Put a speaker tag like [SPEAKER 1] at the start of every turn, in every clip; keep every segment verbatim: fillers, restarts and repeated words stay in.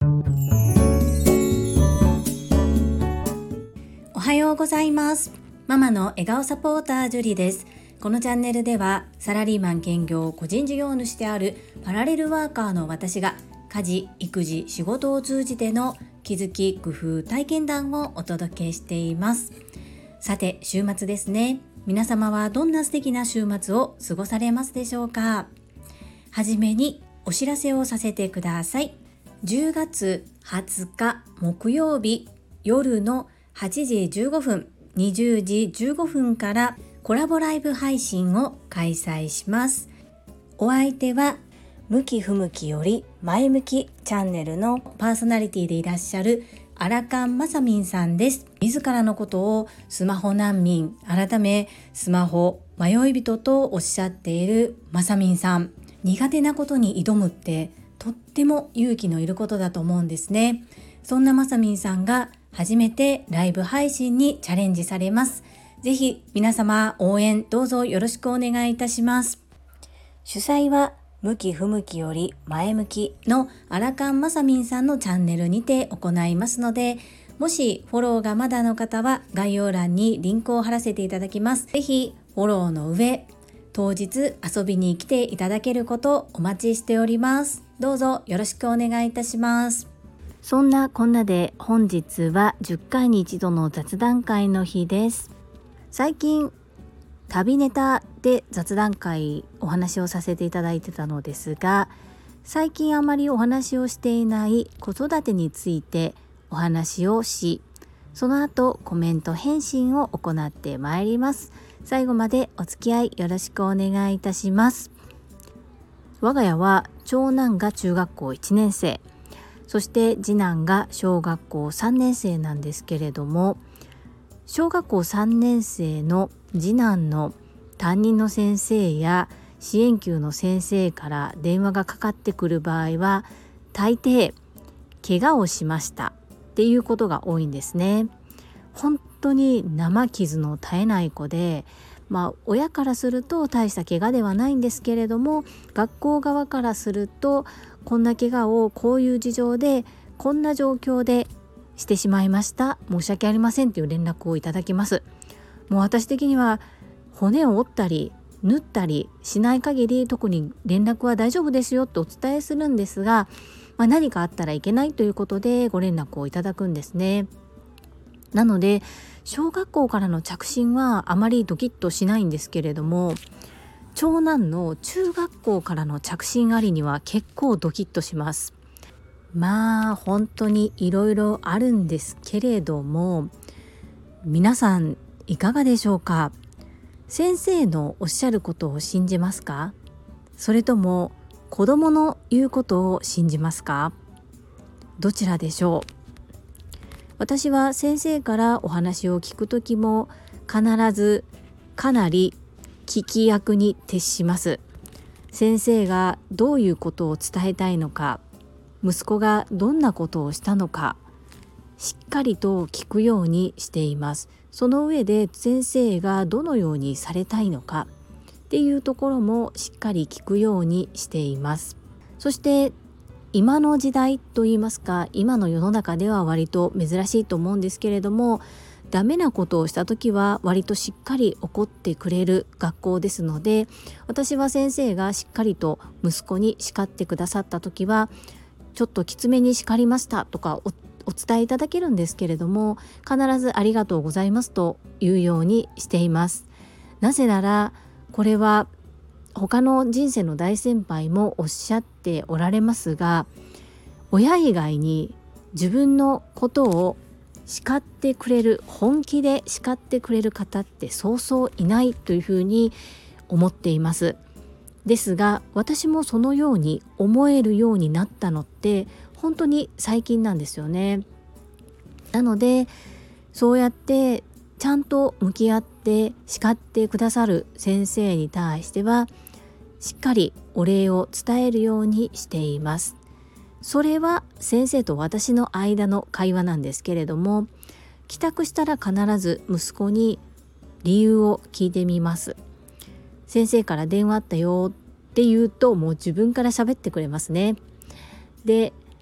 [SPEAKER 1] おはようございます。ママの笑顔サポータージュリです。このチャンネルではサラリーマン兼業個人事業主であるパラレルワーカーの私が家事、育児、仕事を通じての気づき、工夫、体験談をお届けしています。さて、週末ですね。皆様はどんな素敵な週末を過ごされますでしょうか。はじめにお知らせをさせてください。じゅうがつはつか木曜日夜のはちじじゅうごふん、にじゅうじじゅうごふんからコラボライブ配信を開催します。お相手は向き不向きより前向きチャンネルのパーソナリティでいらっしゃるアラカンまさみんさんです。自らのことをスマホ難民、改めスマホ迷い人とおっしゃっているまさみんさん。苦手なことに挑むってとっても勇気のいることだと思うんですね。そんなまさみんさんが初めてライブ配信にチャレンジされます。ぜひ皆様応援どうぞよろしくお願いいたします。主催は向き不向きより前向きのアラカンまさみんさんのチャンネルにて行いますので、もしフォローがまだの方は概要欄にリンクを貼らせていただきます。ぜひフォローの上、当日遊びに来ていただけることをお待ちしております。どうぞよろしくお願いいたします。そんなこんなで本日はじゅっかいに一度の雑談会の日です。最近旅ネタで雑談会お話をさせていただいてたのですが、最近あまりお話をしていない子育てについてお話をし、その後コメント返信を行ってまいります。最後までお付き合いよろしくお願いいたします。我が家は長男が中学校いちねん生、そして次男が小学校さんねん生なんですけれども、小学校さんねん生の次男の担任の先生や支援級の先生から電話がかかってくる場合は、大抵怪我をしましたっていうことが多いんですね。本当に生傷の絶えない子で、まあ親からすると大した怪我ではないんですけれども、学校側からするとこんな怪我をこういう事情でこんな状況でしてしまいました、申し訳ありませんという連絡をいただきます。もう私的には骨を折ったり縫ったりしない限り特に連絡は大丈夫ですよとお伝えするんですが、まあ、何かあったらいけないということでご連絡をいただくんですね。なので小学校からの着信はあまりドキッとしないんですけれども、長男の中学校からの着信ありには結構ドキッとします。まあ本当にいろいろあるんですけれども、皆さんいかがでしょうか。先生のおっしゃることを信じますか？それとも子供の言うことを信じますか？どちらでしょう。私は先生からお話を聞くときも必ずかなり聞き役に徹します。先生がどういうことを伝えたいのか、息子がどんなことをしたのか、しっかりと聞くようにしています。その上で先生がどのようにされたいのかっていうところもしっかり聞くようにしています。そして今の時代といいますか、今の世の中では割と珍しいと思うんですけれども、ダメなことをした時は割としっかり怒ってくれる学校ですので、私は先生がしっかりと息子に叱ってくださった時は、ちょっときつめに叱りましたとか お, お伝えいただけるんですけれども、必ずありがとうございますというようにしています。なぜならこれは他の人生の大先輩もおっしゃっておられますが、親以外に自分のことを叱ってくれる、本気で叱ってくれる方ってそうそういないというふうに思っています。ですが私もそのように思えるようになったのって本当に最近なんですよね。なのでそうやってちゃんと向き合って叱ってくださる先生に対してはしっかりお礼を伝えるようにしています。それは先生と私の間の会話なんですけれども、帰宅したら必ず息子に理由を聞いてみます。先生から電話あったよって言うともう自分から喋ってくれますね。で、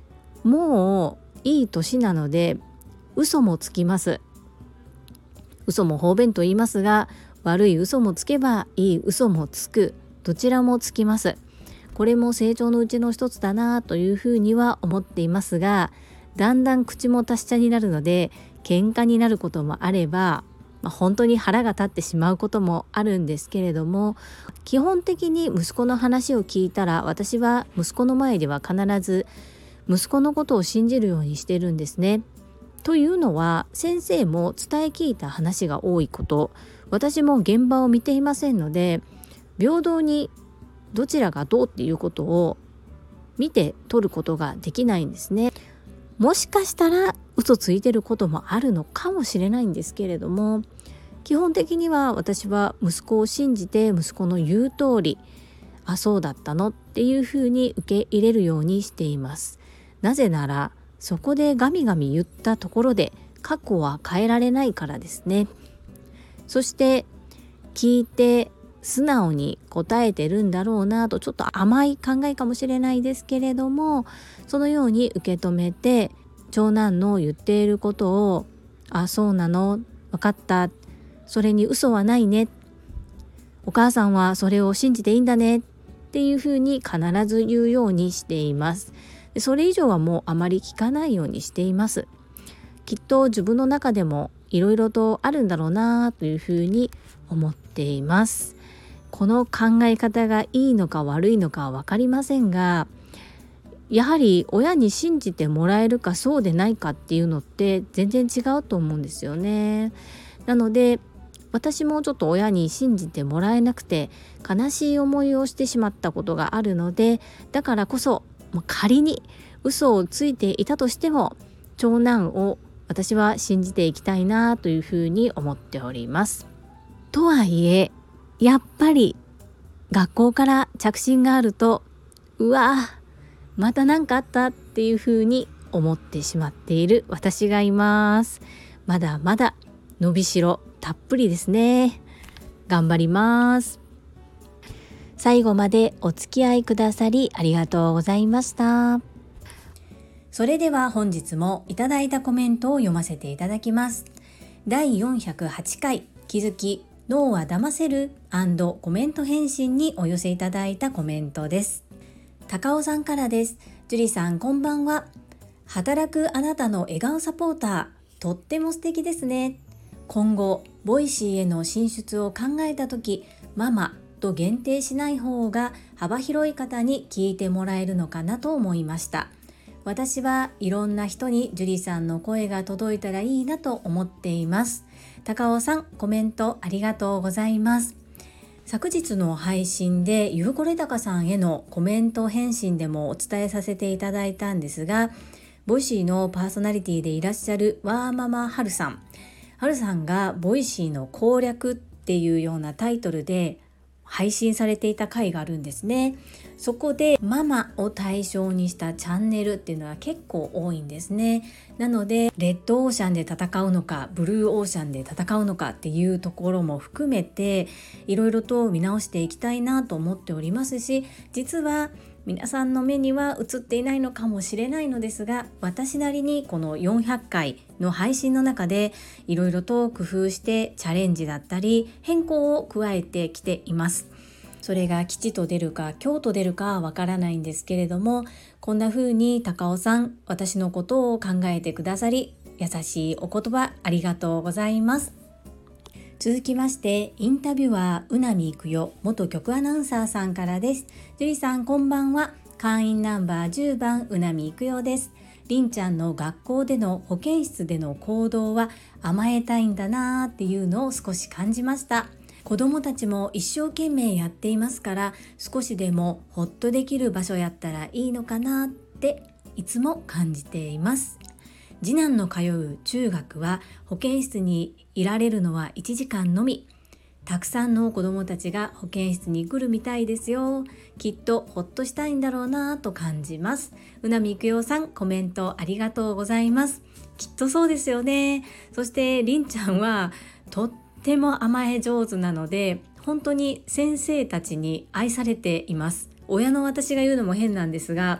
[SPEAKER 1] もういい年なので嘘もつきます。嘘も方便と言いますが、悪い嘘もつけばいい嘘もつく、どちらもつきます。これも成長のうちの一つだなというふうには思っていますが、だんだん口も達者になるので喧嘩になることもあれば、まあ、本当に腹が立ってしまうこともあるんですけれども、基本的に息子の話を聞いたら、私は息子の前では必ず息子のことを信じるようにしてるんですね。というのは、先生も伝え聞いた話が多いこと、私も現場を見ていませんので、平等にどちらがどうっていうことを見て取ることができないんですね。もしかしたら嘘ついてることもあるのかもしれないんですけれども、基本的には私は息子を信じて、息子の言う通り、あ、そうだったのっていうふうに受け入れるようにしています。なぜなら、そこでガミガミ言ったところで過去は変えられないからですね。そして聞いて素直に答えてるんだろうなと、ちょっと甘い考えかもしれないですけれども、そのように受け止めて、長男の言っていることを、あ、そうなの、分かった、それに嘘はないね、お母さんはそれを信じていいんだねっていうふうに必ず言うようにしています。それ以上はもうあまり聞かないようにしています。きっと自分の中でもいろいろとあるんだろうなというふうに思っています。この考え方がいいのか悪いのかは分かりませんが、やはり親に信じてもらえるかそうでないかっていうのって全然違うと思うんですよね。なので私もちょっと親に信じてもらえなくて悲しい思いをしてしまったことがあるので、だからこそ仮に嘘をついていたとしても長男を私は信じていきたいなというふうに思っております。とはいえやっぱり学校から着信があると、うわまた何かあったっていうふうに思ってしまっている私がいます。まだまだ伸びしろたっぷりですね。頑張ります。最後までお付き合いくださりありがとうございました。それでは本日もいただいたコメントを読ませていただきます。だいよんひゃくはちかい気づき脳は騙せる&コメント返信にお寄せいただいたコメントです。高尾さんからです。ジュリさんこんばんは。働くあなたの笑顔サポーター、とっても素敵ですね。今後ボイシーへの進出を考えたとき、ママと限定しない方が幅広い方に聞いてもらえるのかなと思いました。私はいろんな人にジュリさんの声が届いたらいいなと思っています。高尾さん、コメントありがとうございます。昨日の配信でゆうこれたかさんへのコメント返信でもお伝えさせていただいたんですが、ボイシーのパーソナリティでいらっしゃるワーママはるさんはるさんがボイシーの攻略っていうようなタイトルで配信されていた回があるんですね。そこでママを対象にしたチャンネルっていうのは結構多いんですね。なのでレッドオーシャンで戦うのかブルーオーシャンで戦うのかっていうところも含めていろいろと見直していきたいなと思っておりますし、実は皆さんの目には映っていないのかもしれないのですが、私なりにこのよんひゃっかいの配信の中でいろいろと工夫してチャレンジだったり変更を加えてきています。それが吉と出るか凶と出るかはわからないんですけれども、こんな風に高尾さん、私のことを考えてくださり、優しいお言葉ありがとうございます。続きましてインタビュアーうなみいくよ元局アナウンサーさんからです。ジュリさんこんばんは。会員ナンバーじゅうばんうなみいくよです。りんちゃんの学校での保健室での行動は甘えたいんだなーっていうのを少し感じました。子どもたちも一生懸命やっていますから、少しでもホッとできる場所やったらいいのかなっていつも感じています。次男の通う中学は保健室にいられるのはいちじかんのみ。たくさんの子どもたちが保健室に来るみたいですよ。きっとほっとしたいんだろうなと感じます。うなみいくよさん、コメントありがとうございます。きっとそうですよね。そしてりんちゃんはととても甘え上手なので、本当に先生たちに愛されています。親の私が言うのも変なんですが、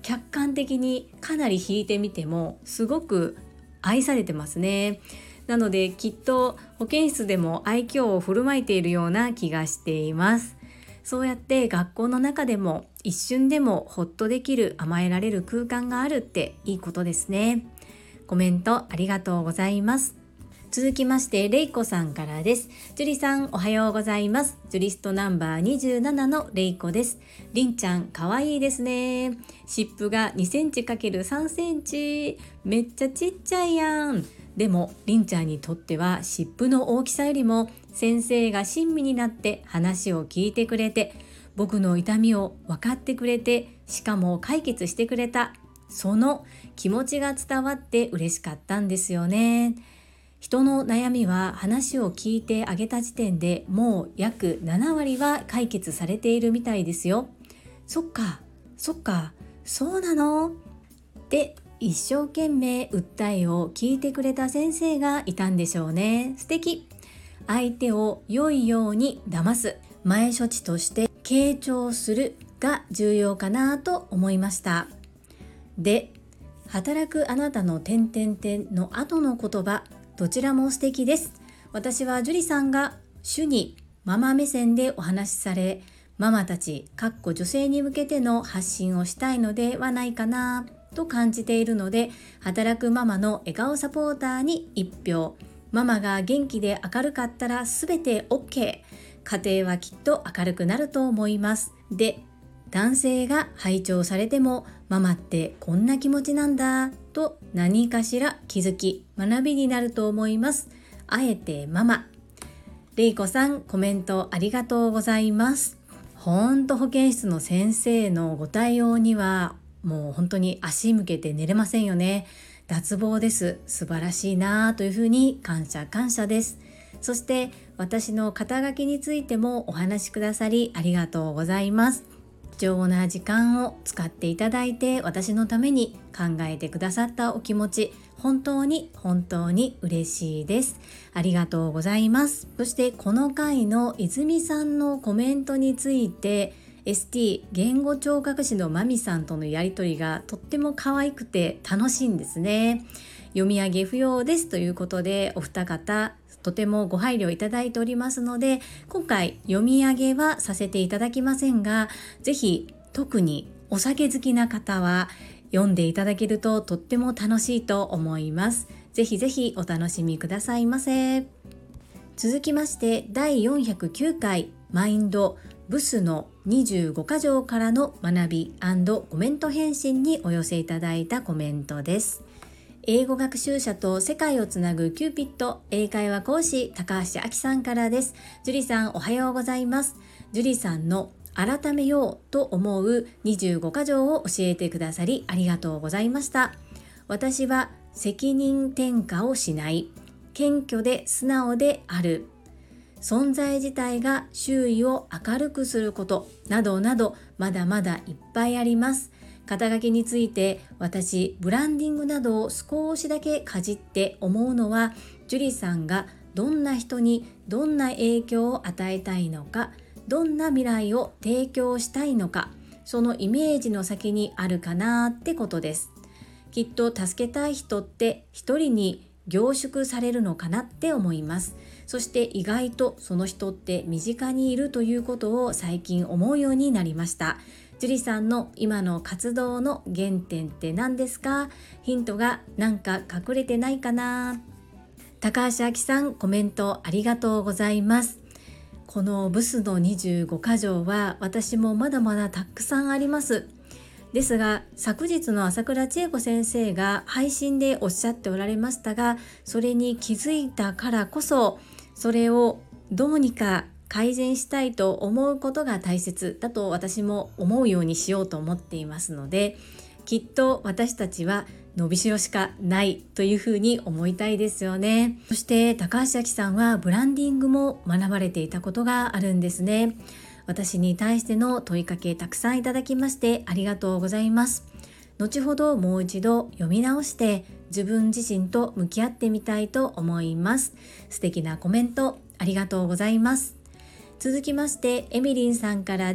[SPEAKER 1] 客観的にかなり引いてみてもすごく愛されてますね。なのできっと保健室でも愛嬌を振る舞いているような気がしています。そうやって学校の中でも一瞬でもほっとできる、甘えられる空間があるっていいことですね。コメントありがとうございます。続きましてれいこさんからです。ジュリさんおはようございます。ジュリストナンバーにじゅうななのれいこです。りんちゃんかわいいですね。湿布がにセンチ ×さん センチ、めっちゃちっちゃいやん。でもりんちゃんにとっては湿布の大きさよりも先生が親身になって話を聞いてくれて、僕の痛みを分かってくれて、しかも解決してくれた、その気持ちが伝わって嬉しかったんですよね。人の悩みは話を聞いてあげた時点でもう約ななわりは解決されているみたいですよ。そっかそっかそうなのって一生懸命訴えを聞いてくれた先生がいたんでしょうね。素敵。相手を良いように騙す、前処置として傾聴するが重要かなと思いました。で、働くあなたの点々点の後の言葉、どちらも素敵です。私はジュリさんが主にママ目線でお話しされ、ママたちかっこ女性に向けての発信をしたいのではないかなと感じているので、働くママの笑顔サポーターにいち票。ママが元気で明るかったらすべて OK。 家庭はきっと明るくなると思います。で、男性が拝聴されても、ママってこんな気持ちなんだと何かしら気づき、学びになると思います。あえてママ。れいこさんコメントありがとうございます。ほんと保健室の先生のご対応にはもう本当に足向けて寝れませんよね。脱帽です。素晴らしいなというふうに感謝感謝です。そして私の肩書きについてもお話しくださりありがとうございます。貴重な時間を使っていただいて、私のために考えてくださったお気持ち、本当に本当に嬉しいです。ありがとうございます。そしてこの回の泉さんのコメントについて、エスティー 言語聴覚士のまみさんとのやりとりがとっても可愛くて楽しいんですね。読み上げ不要ですということで、お二方とてもご配慮いただいておりますので、今回読み上げはさせていただきませんが、ぜひ特にお酒好きな方は読んでいただけるととっても楽しいと思います。ぜひぜひお楽しみくださいませ。続きましてだいよんひゃくきゅうかいマインドブスのにじゅうごか条からの学び&コメント返信にお寄せいただいたコメントです。英語学習者と世界をつなぐキューピット英会話講師高橋明さんからです。ジュリさんおはようございます。ジュリさんの改めようと思うにじゅうごか条を教えてくださりありがとうございました。私は責任転嫁をしない、謙虚で素直である、存在自体が周囲を明るくすることなどなど、まだまだいっぱいあります。肩書きについて私ブランディングなどを少しだけかじって思うのは、ジュリさんがどんな人にどんな影響を与えたいのか、どんな未来を提供したいのか、そのイメージの先にあるかなってことです。きっと助けたい人って一人に凝縮されるのかなって思います。そして意外とその人って身近にいるということを最近思うようになりました。ジュリさんの今の活動の原点って何ですか？ヒントがなんか隠れてないかな？高橋明さんコメントありがとうございます。このブスのにじゅうごか条は私もまだまだたくさんあります。ですが昨日の朝倉千恵子先生が配信でおっしゃっておられましたが、それに気づいたからこそそれをどうにか改善したいと思うことが大切だと私も思うようにしようと思っていますので、きっと私たちは伸びしろしかないというふうに思いたいですよね。そして高橋明さんはブランディングも学ばれていたことがあるんですね。私に対しての問いかけたくさんいただきましてありがとうございます。後ほどもう一度読み直して自分自身と向き合ってみたいと思います。素敵なコメントありがとうございます。続きましてエミリンさんからです。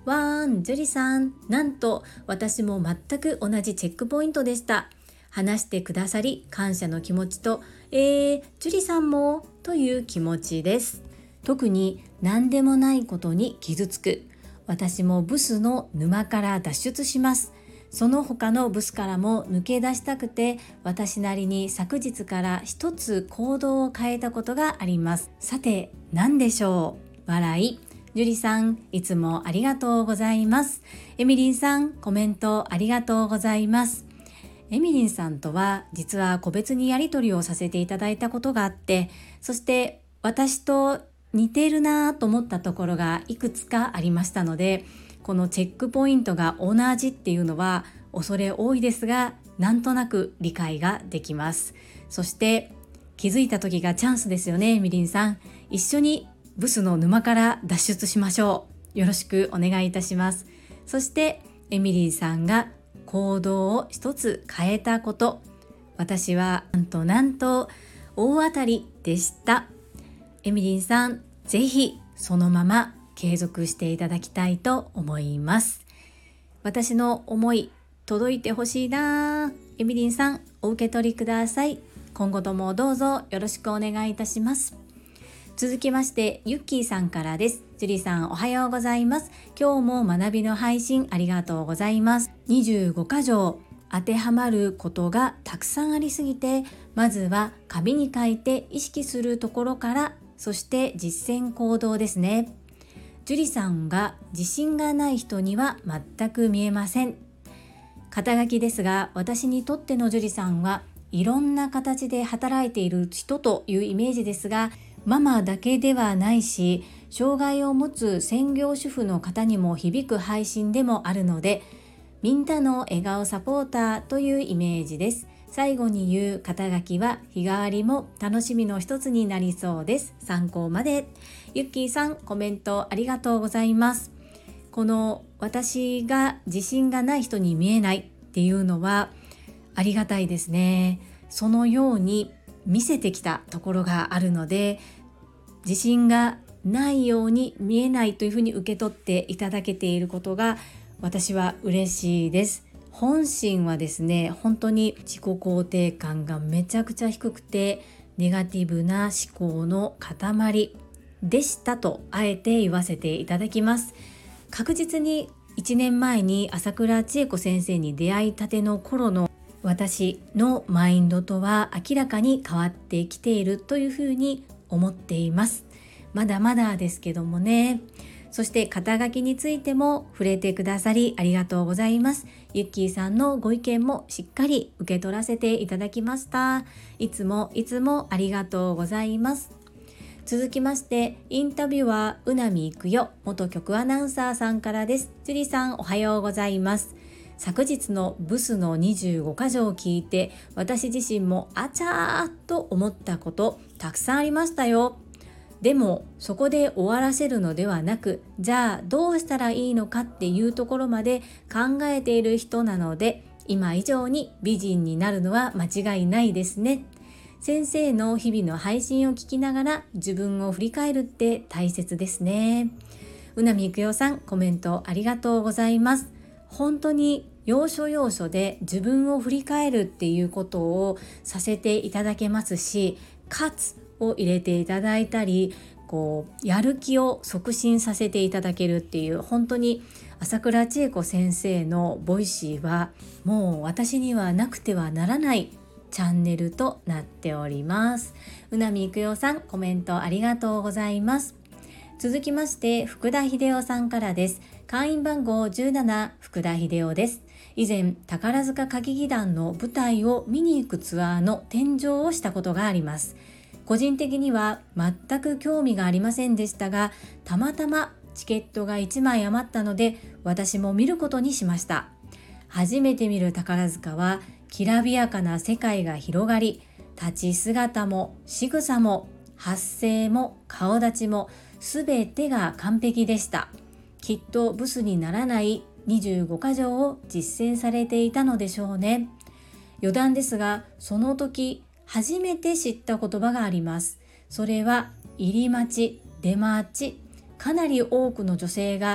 [SPEAKER 1] わーん、樹里さん、なんと私も全く同じチェックポイントでした。話してくださり感謝の気持ちと、えー、樹里さんもという気持ちです。特に何でもないことに傷つく。私もブスの沼から脱出します。その他のブスからも抜け出したくて、私なりに昨日から一つ行動を変えたことがあります。さて、何でしょう？笑い。樹里さん、いつもありがとうございます。エミリンさん、コメントありがとうございます。エミリンさんとは実は個別にやり取りをさせていただいたことがあって、そして私と似ているなと思ったところがいくつかありましたので、このチェックポイントが同じっていうのは恐れ多いですが、なんとなく理解ができます。そして気づいた時がチャンスですよね。エミリンさん、一緒にブスの沼から脱出しましょう。よろしくお願いいたします。そしてエミリンさんが行動を一つ変えたこと、私はなんとなんと大当たりでした。エミリンさん、ぜひそのまま継続していただきたいと思います。私の思い届いてほしいな。エミリンさん、お受け取りください。今後ともどうぞよろしくお願いいたします。続きましてユッキーさんからです。ジュリさん、おはようございます。今日も学びの配信ありがとうございます。にじゅうごか条、当てはまることがたくさんありすぎて、まずは紙に書いて意識するところから、そして実践行動ですね。ジュリさんが自信がない人には全く見えません。肩書きですが、私にとってのジュリさんはいろんな形で働いている人というイメージですが、ママだけではないし、障害を持つ専業主婦の方にも響く配信でもあるので、みんなの笑顔サポーターというイメージです。最後に言う肩書きは日替わりも楽しみの一つになりそうです。参考まで。ゆっきーさん、コメントありがとうございます。この私が自信がない人に見えないっていうのはありがたいですね。そのように見せてきたところがあるので、自信がないように見えないというふうに受け取っていただけていることが私は嬉しいです。本心はですね、本当に自己肯定感がめちゃくちゃ低くてネガティブな思考の塊でしたとあえて言わせていただきます。確実にいちねんまえに朝倉千恵子先生に出会いたての頃の私のマインドとは明らかに変わってきているというふうに思っています。まだまだですけどもね。そして肩書きについても触れてくださりありがとうございます。ゆっきーさんのご意見もしっかり受け取らせていただきました。いつもいつもありがとうございます。続きましてインタビュアーうなみいくよ元局アナウンサーさんからです。ジュリさん、おはようございます。昨日のブスのにじゅうごか条を聞いて、私自身もあちゃーと思ったことたくさんありましたよ。でもそこで終わらせるのではなく、じゃあどうしたらいいのかっていうところまで考えている人なので、今以上に美人になるのは間違いないですね。先生の日々の配信を聞きながら自分を振り返るって大切ですね。うなみいくよさん、コメントありがとうございます。本当に要所要所で自分を振り返るっていうことをさせていただけますし、かつを入れていただいたり、こうやる気を促進させていただけるっていう、本当に朝倉千恵子先生のボイシーはもう私にはなくてはならないチャンネルとなっております。うなみいくよさん、コメントありがとうございます。続きまして福田秀夫さんからです。会員番号じゅうなな、福田秀夫です。以前宝塚歌劇団の舞台を見に行くツアーの展示をしたことがあります。個人的には全く興味がありませんでしたが、たまたまチケットがいちまい余ったので私も見ることにしました。初めて見る宝塚はきらびやかな世界が広がり、立ち姿も仕草も発声も顔立ちもすべてが完璧でした。きっとブスにならないにじゅうごか条を実践されていたのでしょうね。余談ですが、その時初めて知った言葉があります。それは入り待ち、出待ち。かなり多くの女性が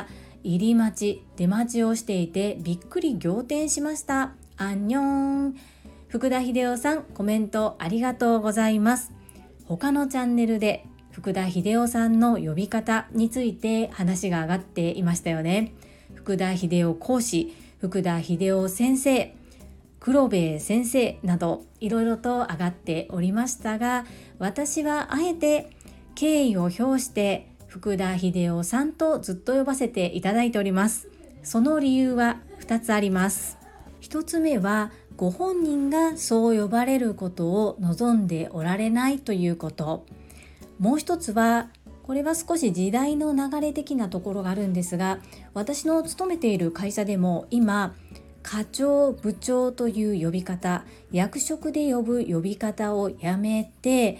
[SPEAKER 1] 入り待ち出待ちをしていてびっくり仰天しました。アンニョン。福田秀夫さん、コメントありがとうございます。他のチャンネルで福田秀夫さんの呼び方について話が上がっていましたよね。福田秀夫講師、福田秀夫先生、黒兵衛先生などいろいろと上がっておりましたが、私はあえて敬意を表して福田秀夫さんとずっと呼ばせていただいております。その理由はふたつあります。ひとつめはご本人がそう呼ばれることを望んでおられないということ。もう一つは、これは少し時代の流れ的なところがあるんですが、私の勤めている会社でも今課長部長という呼び方、役職で呼ぶ呼び方をやめて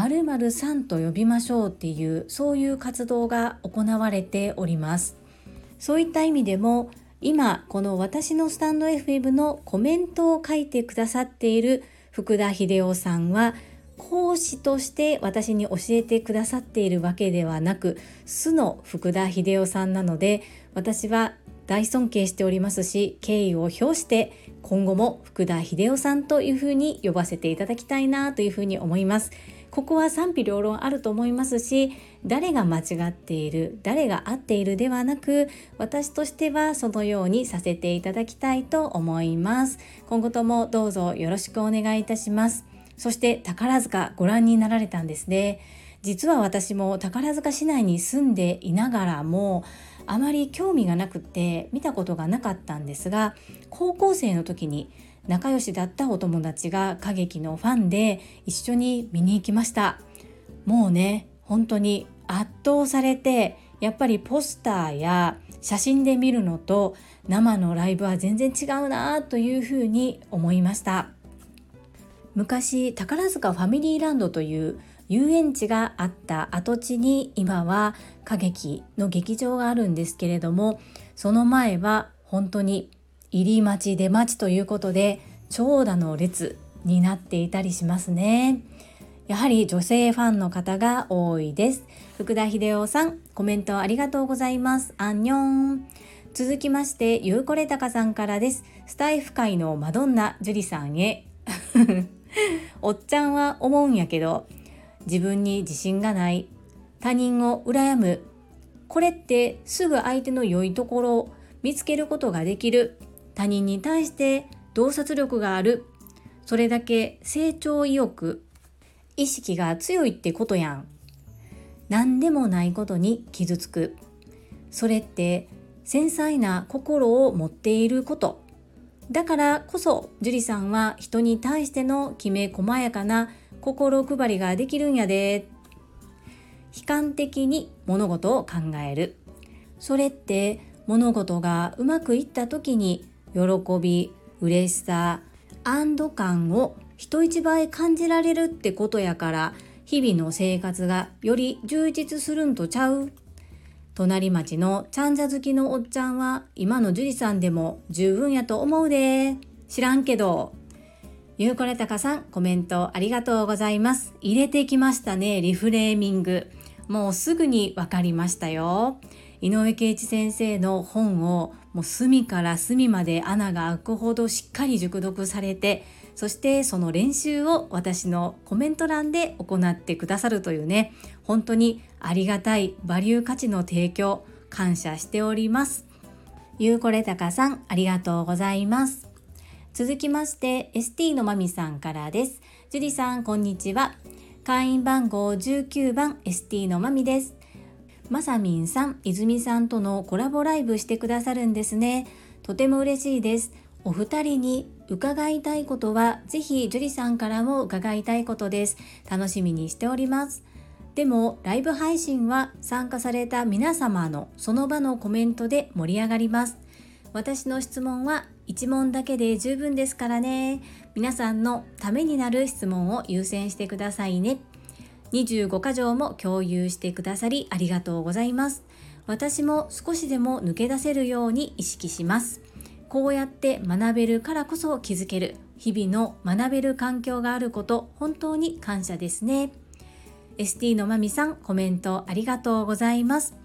[SPEAKER 1] 〇〇さんと呼びましょうっていう、そういう活動が行われております。そういった意味でも今この私のスタンド エフエム のコメントを書いてくださっている福田秀夫さんは講師として私に教えてくださっているわけではなく、素の福田秀夫さんなので、私は大尊敬しておりますし、敬意を表して今後も福田秀夫さんというふうに呼ばせていただきたいなというふうに思います。ここは賛否両論あると思いますし、誰が間違っている、誰が合っているではなく、私としてはそのようにさせていただきたいと思います。今後ともどうぞよろしくお願いいたします。そして宝塚ご覧になられたんですね。実は私も宝塚市内に住んでいながらもあまり興味がなくって見たことがなかったんですが、高校生の時に仲良しだったお友達が歌劇のファンで一緒に見に行きました。もうね、本当に圧倒されて、やっぱりポスターや写真で見るのと生のライブは全然違うなというふうに思いました。昔宝塚ファミリーランドという遊園地があった跡地に今は歌劇の劇場があるんですけれども、その前は本当に入り待ち出待ちということで長蛇の列になっていたりしますね。やはり女性ファンの方が多いです。福田秀夫さん、コメントありがとうございます。アンニョン。続きましてゆうこれたかさんからです。スタイフ界のマドンナジュリさんへおっちゃんは思うんやけど、自分に自信がない、他人を羨む、これってすぐ相手の良いところを見つけることができる、他人に対して洞察力がある、それだけ成長意欲、意識が強いってことやん。何でもないことに傷つく、それって繊細な心を持っていること。だからこそ樹里さんは人に対してのきめ細やかな心配りができるんやで。悲観的に物事を考える。それって物事がうまくいった時に喜び、嬉しさ、安堵感を人一倍感じられるってことやから、日々の生活がより充実するんとちゃう。隣町のちゃんじゃ好きのおっちゃんは今の樹里さんでも十分やと思うで。知らんけど。ゆうこれたかさん、コメントありがとうございます。入れてきましたね、リフレーミング。もうすぐにわかりましたよ。井上圭一先生の本をもう隅から隅まで穴が開くほどしっかり熟読されて、そしてその練習を私のコメント欄で行ってくださるというね、本当にありがたいバリュー価値の提供、感謝しております。ゆうこれたかさん、ありがとうございます。続きまして エスティー のまみさんからです。ジュリさん、こんにちは。会員番号じゅうきゅうばん エスティー のまみです。まさみんさん、泉さんとのコラボライブしてくださるんですね。とても嬉しいです。お二人に伺いたいことはぜひジュリさんからも伺いたいことです。楽しみにしております。でもライブ配信は参加された皆様のその場のコメントで盛り上がります。私の質問はいち問だけで十分ですからね。皆さんのためになる質問を優先してくださいね。にじゅうごか条も共有してくださりありがとうございます。私も少しでも抜け出せるように意識します。こうやって学べるからこそ気づける、日々の学べる環境があること、本当に感謝ですね。エスティー のまみさん、コメントありがとうございます。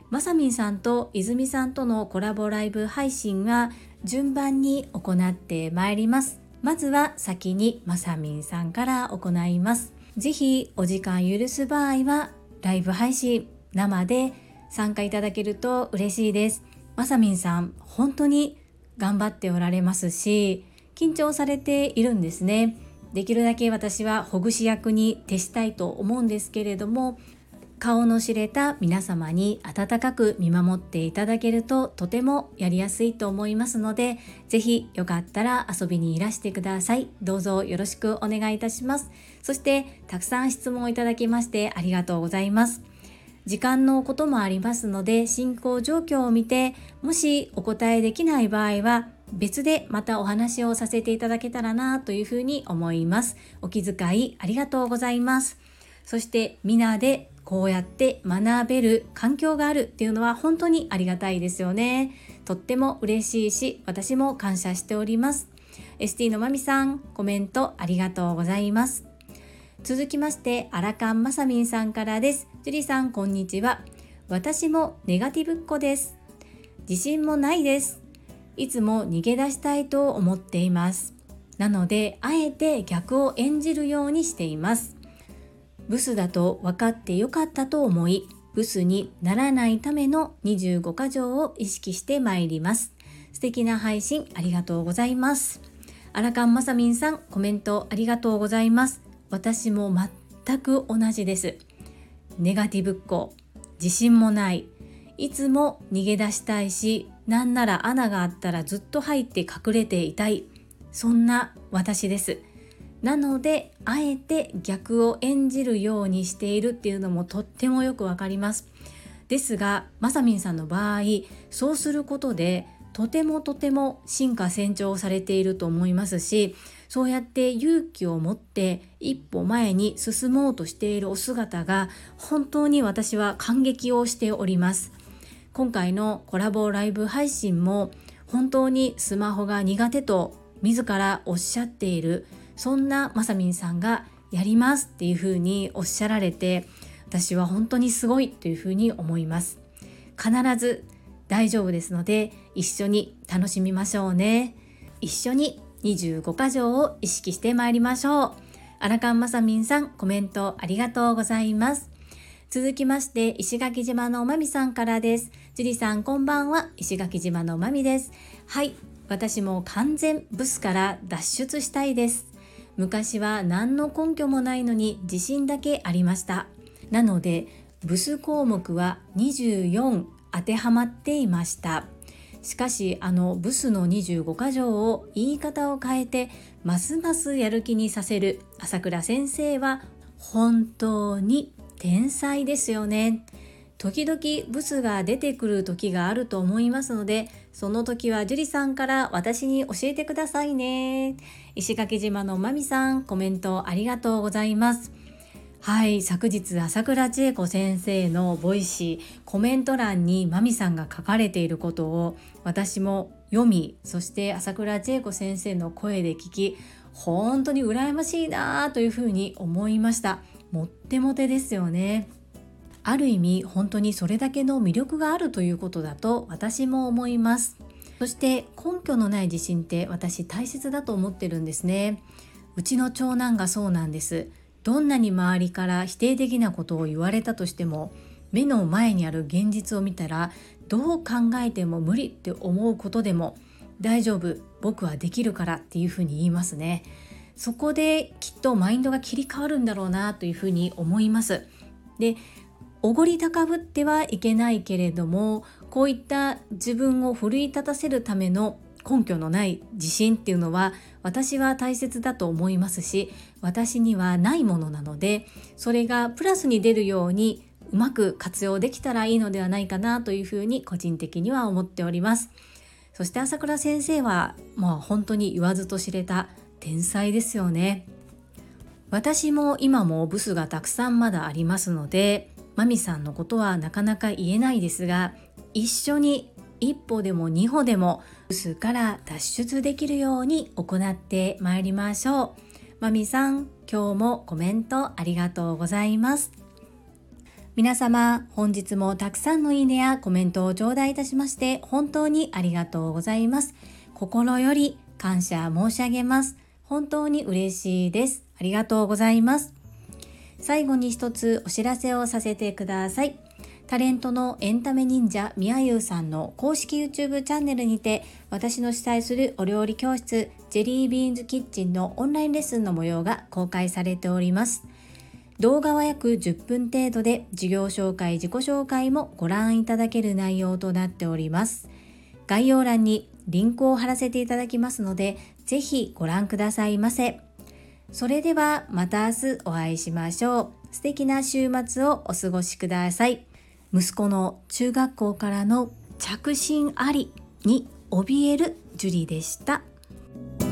[SPEAKER 1] まさみんさんと泉さんとのコラボライブ配信は順番に行ってまいります。まずは先にまさみんさんから行います。ぜひお時間許す場合はライブ配信生で参加いただけると嬉しいです。まさみんさん本当に頑張っておられますし、緊張されているんですね。できるだけ私はほぐし役に徹したいと思うんですけれども、顔の知れた皆様に温かく見守っていただけるととてもやりやすいと思いますので、ぜひよかったら遊びにいらしてください。どうぞよろしくお願いいたします。そしてたくさん質問をいただきましてありがとうございます。時間のこともありますので、進行状況を見て、もしお答えできない場合は別でまたお話をさせていただけたらなというふうに思います。お気遣いありがとうございます。そして皆でこうやって学べる環境があるっていうのは本当にありがたいですよね。とっても嬉しいし、私も感謝しております。エスティー のまみさん、コメントありがとうございます。続きまして、アラカンまさみんさんからです。ジュリさん、こんにちは。私もネガティブっ子です。自信もないです。いつも逃げ出したいと思っています。なので、あえて逆を演じるようにしています。ブスだと分かってよかったと思い、ブスにならないためのにじゅうごか条を意識してまいります。素敵な配信ありがとうございます。アラカンまさみんさん、コメントありがとうございます。私も全く同じです。ネガティブっ子、自信もない、いつも逃げ出したいし、なんなら穴があったらずっと入って隠れていたい、そんな私です。なのであえて逆を演じるようにしているっていうのもとってもよくわかります。ですがまさみんさんの場合、そうすることでとてもとても進化成長されていると思いますし、そうやって勇気を持って一歩前に進もうとしているお姿が本当に私は感激をしております。今回のコラボライブ配信も本当にスマホが苦手と自らおっしゃっている、そんなまさみんさんがやりますっていうふうにおっしゃられて、私は本当にすごいというふうに思います。必ず大丈夫ですので一緒に楽しみましょうね。一緒ににじゅうごか条を意識してまいりましょう。アラカンまさみんさん、コメントありがとうございます。続きまして石垣島のまみさんからです。ジュリさん、こんばんは。石垣島のまみです。はい、私も完全ブスから脱出したいです。昔は何の根拠もないのに自信だけありました。なのでブス項目はにじゅうよん当てはまっていました。しかしあのブスのにじゅうごか条を言い方を変えてますますやる気にさせる朝倉先生は本当に天才ですよね。時々ブスが出てくる時があると思いますので、その時はジュリさんから私に教えてくださいね。石垣島のまみさん、コメントありがとうございます。はい、昨日朝倉千恵子先生のボイシーコメント欄にまみさんが書かれていることを私も読み、そして朝倉千恵子先生の声で聞き、本当に羨ましいなというふうに思いました。もってもてですよね。ある意味本当にそれだけの魅力があるということだと私も思います。そして根拠のない自信って私大切だと思ってるんですね。うちの長男がそうなんです。どんなに周りから否定的なことを言われたとしても、目の前にある現実を見たらどう考えても無理って思うことでも、大丈夫、僕はできるからっていうふうに言いますね。そこできっとマインドが切り替わるんだろうなというふうに思います。で、おごり高ぶってはいけないけれども、こういった自分を奮い立たせるための根拠のない自信っていうのは私は大切だと思いますし、私にはないものなので、それがプラスに出るようにうまく活用できたらいいのではないかなというふうに個人的には思っております。そして朝倉先生はもう本当に言わずと知れた天才ですよね。私も今もブスがたくさんまだありますので、マミさんのことはなかなか言えないですが、一緒に一歩でも二歩でもブスから脱出できるように行ってまいりましょう。マミさん、今日もコメントありがとうございます。 皆様、本日もたくさんのいいねやコメントを頂戴いたしまして本当にありがとうございます。心より感謝申し上げます。本当に嬉しいです。ありがとうございます。最後に一つお知らせをさせてください。タレントのエンタメ忍者みやゆうさんの公式 YouTube チャンネルにて、私の主催するお料理教室ジェリービーンズキッチンのオンラインレッスンの模様が公開されております。動画は約じゅっぷん程度で、授業紹介、自己紹介もご覧いただける内容となっております。概要欄にリンクを貼らせていただきますので、ぜひご覧くださいませ。それではまた明日お会いしましょう。素敵な週末をお過ごしください。息子の中学校からの着信ありに怯えるジュリでした。